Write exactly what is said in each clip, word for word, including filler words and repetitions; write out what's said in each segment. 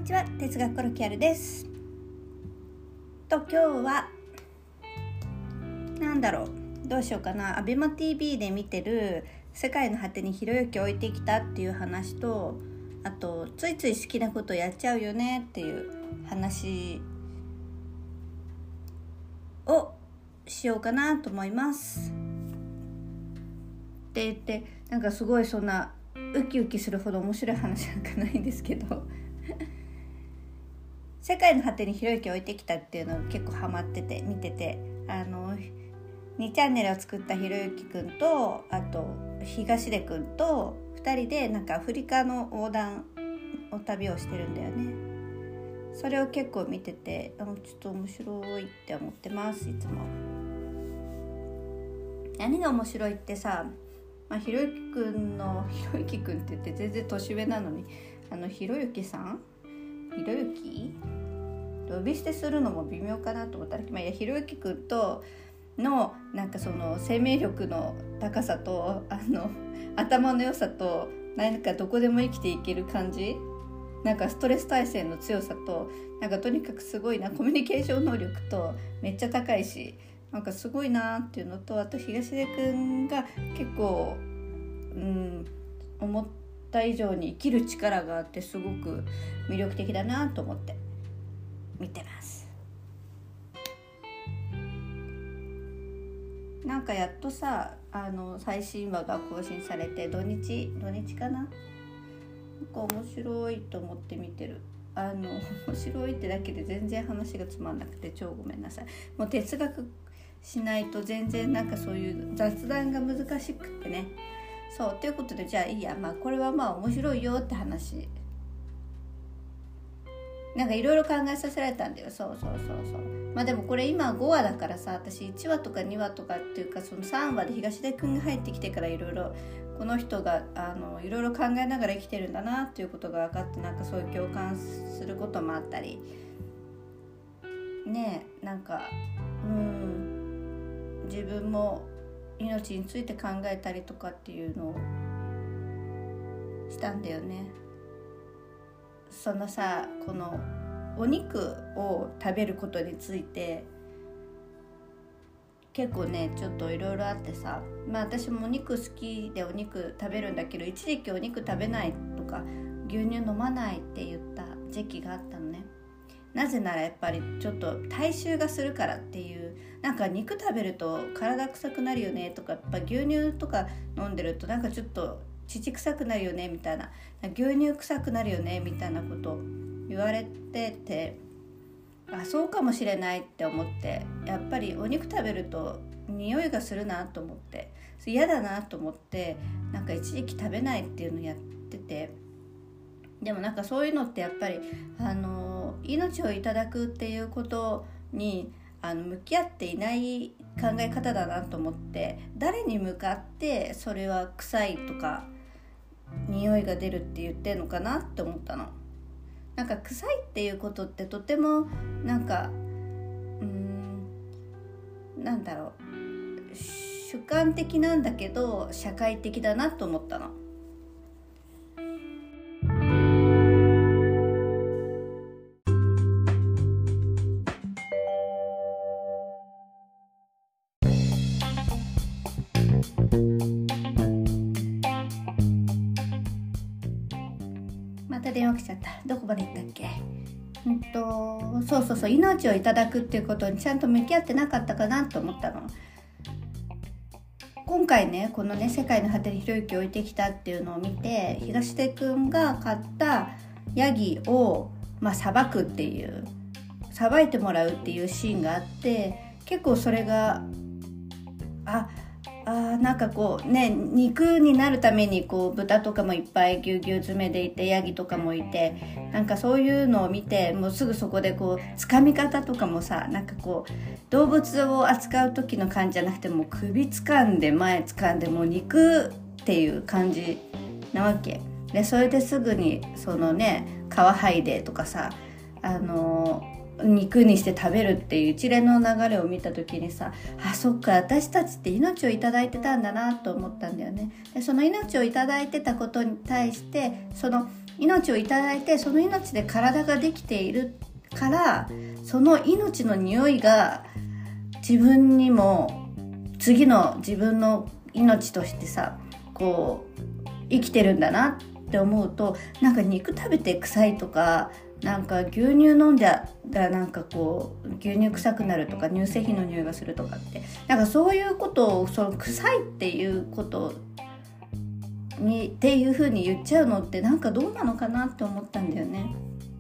にちは、哲学コロキャルです。と今日はなんだろうどうしようかな。アベマ ティーブイ で見てる世界の果てにひろゆきを置いてきたっていう話と、あとついつい好きなことやっちゃうよねっていう話をしようかなと思います。って言ってなんかすごいそんなウキウキするほど面白い話なんかないんですけど世界の果てにひろゆきを置いてきたっていうのを結構ハマってて見てて、あのにチャンネルを作ったひろゆきくんとあと東出くんとふたりでなんかアフリカの横断を旅をしてるんだよね。それを結構見ててちょっと面白いって思ってます。いつも何が面白いってさ、まあ、ひろゆきくんのひろゆきくんって言って全然年上なのにあのひろゆきさんひろゆき呼び捨てするのも微妙かなと思ったら、まあ、いやひろゆきくんとのなんかその生命力の高さとあの頭の良さと何かどこでも生きていける感じ、なんかストレス耐性の強さとなんかとにかくすごいな、コミュニケーション能力とめっちゃ高いしなんかすごいなっていうのと、あと東出くんが結構、うん、思った以上に生きる力があってすごく魅力的だなと思って見てます。なんかやっとさあの最新話が更新されて土日土日かな、なんか面白いと思って見てる。あの面白いってだけで全然話がつまんなくて超ごめんなさい。もう哲学しないと全然なんかそういう雑談が難しくってね。そうということでじゃあいいや、まあこれはまあ面白いよって話、なんかいろいろ考えさせられたんだよ。そうそうそうそう。まあでもこれ今ごわだからさ、私いちわとかにわとかっていうかそのさんわで東出くんが入ってきてからいろいろこの人があのいろいろ考えながら生きてるんだなっていうことが分かって、なんかそういう共感することもあったりねえ、なんかうん自分も命について考えたりとかっていうのをしたんだよね。そのさこのお肉を食べることについて結構ねちょっといろいろあってさ、まあ私もお肉好きでお肉食べるんだけど、一時期お肉食べないとか牛乳飲まないって言った時期があったのね。なぜならやっぱりちょっと体臭がするからっていう、なんか肉食べると体臭くなるよねとか、やっぱ牛乳とか飲んでるとなんかちょっと乳臭くなるよねみたいな、牛乳臭くなるよねみたいなこと言われてて、あそうかもしれないって思って、やっぱりお肉食べると匂いがするなと思って嫌だなと思って、なんか一時期食べないっていうのやってて、でもなんかそういうのってやっぱりあの命をいただくっていうことにあの向き合っていない考え方だなと思って、誰に向かってそれは臭いとか匂いが出るって言ってんのかなって思ったの。なんか臭いっていうことってとてもなんかうーんなんだろう主観的なんだけど社会的だなと思ったの。また電話来ちゃった。どこまで行ったっけ。うんとそうそうそう命をいただくっていうことにちゃんと向き合ってなかったかなと思ったの。今回ねこのね世界の果てにひろゆきを置いてきたっていうのを見て、東出くんが買ったヤギをまあさばくっていうさばいてもらうっていうシーンがあって、結構それがああなんかこうね肉になるためにこう豚とかもいっぱいぎゅうぎゅう詰めでいてヤギとかもいて、なんかそういうのを見てもうすぐそこでこう掴み方とかもさ、なんかこう動物を扱う時の感じじゃなくてもう首掴んで前掴んでもう肉っていう感じなわけで、それですぐにそのね皮剥いでとかさあの肉にして食べるっていう一連の流れを見た時にさ、あそっか私たちって命をいただいてたんだなと思ったんだよね。でその命をいただいてたことに対してその命をいただいて、その命で体ができているから、その命の匂いが自分にも次の自分の命としてさ、こう生きてるんだなって思うと、なんか肉食べて臭いとか、なんか牛乳飲んだらなんかこう牛乳臭くなるとか、乳製品の匂いがするとかって、なんかそういうことを、その臭いっていうことにっていう風に言っちゃうのって、なんかどうなのかなって思ったんだよね。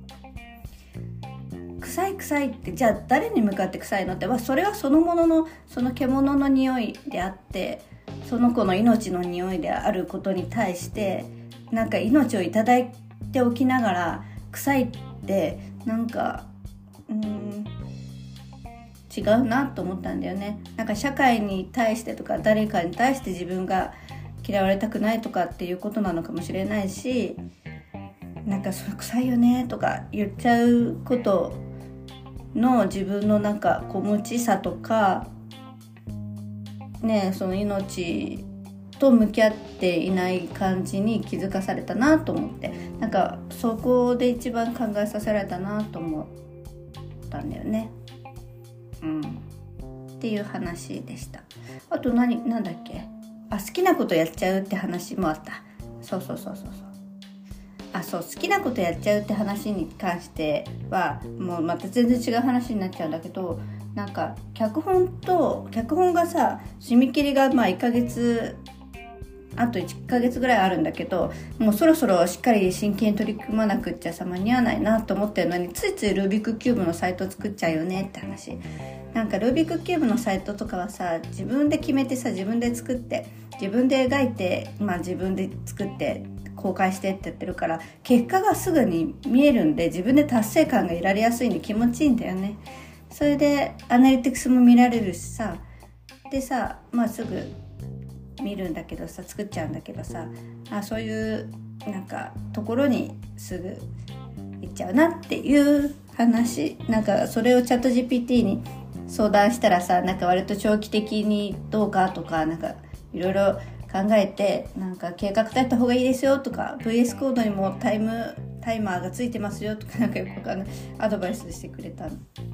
臭い臭いって、じゃあ誰に向かって臭いのって、それはそのもののその獣の匂いであって、その子の命の匂いであることに対して、なんか命をいただいておきながら臭いってなんかうーん違うなと思ったんだよね。なんか社会に対してとか、誰かに対して自分が嫌われたくないとかっていうことなのかもしれないし、なんかそれ臭いよねとか言っちゃうことの自分のなんかこう無知さとかね、その命と向き合っていない感じに気づかされたなと思って、なんかそこで一番考えさせられたなと思ったんだよね。うんっていう話でした。あと何なんだっけ、あ、好きなことやっちゃうって話もあった。そうそうそうそうそうあそう好きなことやっちゃうって話に関してはもうまた全然違う話になっちゃうんだけど、なんか脚本と脚本がさ、締め切りがまあいっかげつ、あといっかげつぐらいあるんだけど、もうそろそろしっかり真剣に取り組まなくっちゃさ間に合わないなと思ってるのに、ついついルービックキューブのサイト作っちゃうよねって話。なんかルービックキューブのサイトとかはさ、自分で決めてさ、自分で作って自分で描いて、まあ自分で作って公開してってやってるから、結果がすぐに見えるんで、自分で達成感が得られやすいんで気持ちいいんだよね。それでアナリティクスも見られるしさ、でさ、まあすぐ見るんだけどさ、作っちゃうんだけどさ、あ、そういうなんかところにすぐ行っちゃうなっていう話。なんかそれをチャット ジーピーティー に相談したらさ、なんか割と長期的にどうかとか、なんかいろいろ考えて、なんか計画立てた方がいいですよとか、 ブイエス コードにもタイムタイマーがついてますよとか、なんかよくわかんないアドバイスしてくれたの。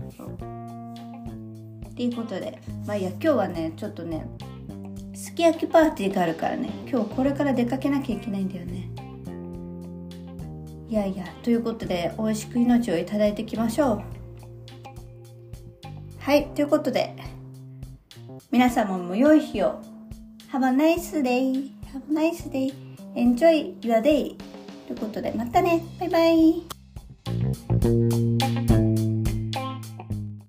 っていうことで、まあいや、今日はねちょっとねすき焼きパーティーがあるからね、今日これから出かけなきゃいけないんだよね。いやいや、ということで美味しく命をいただいていきましょう。はい、ということで皆様も良い日を。 Have a nice day. Have a nice day. Enjoy your day. ということでまたね。バイバイ。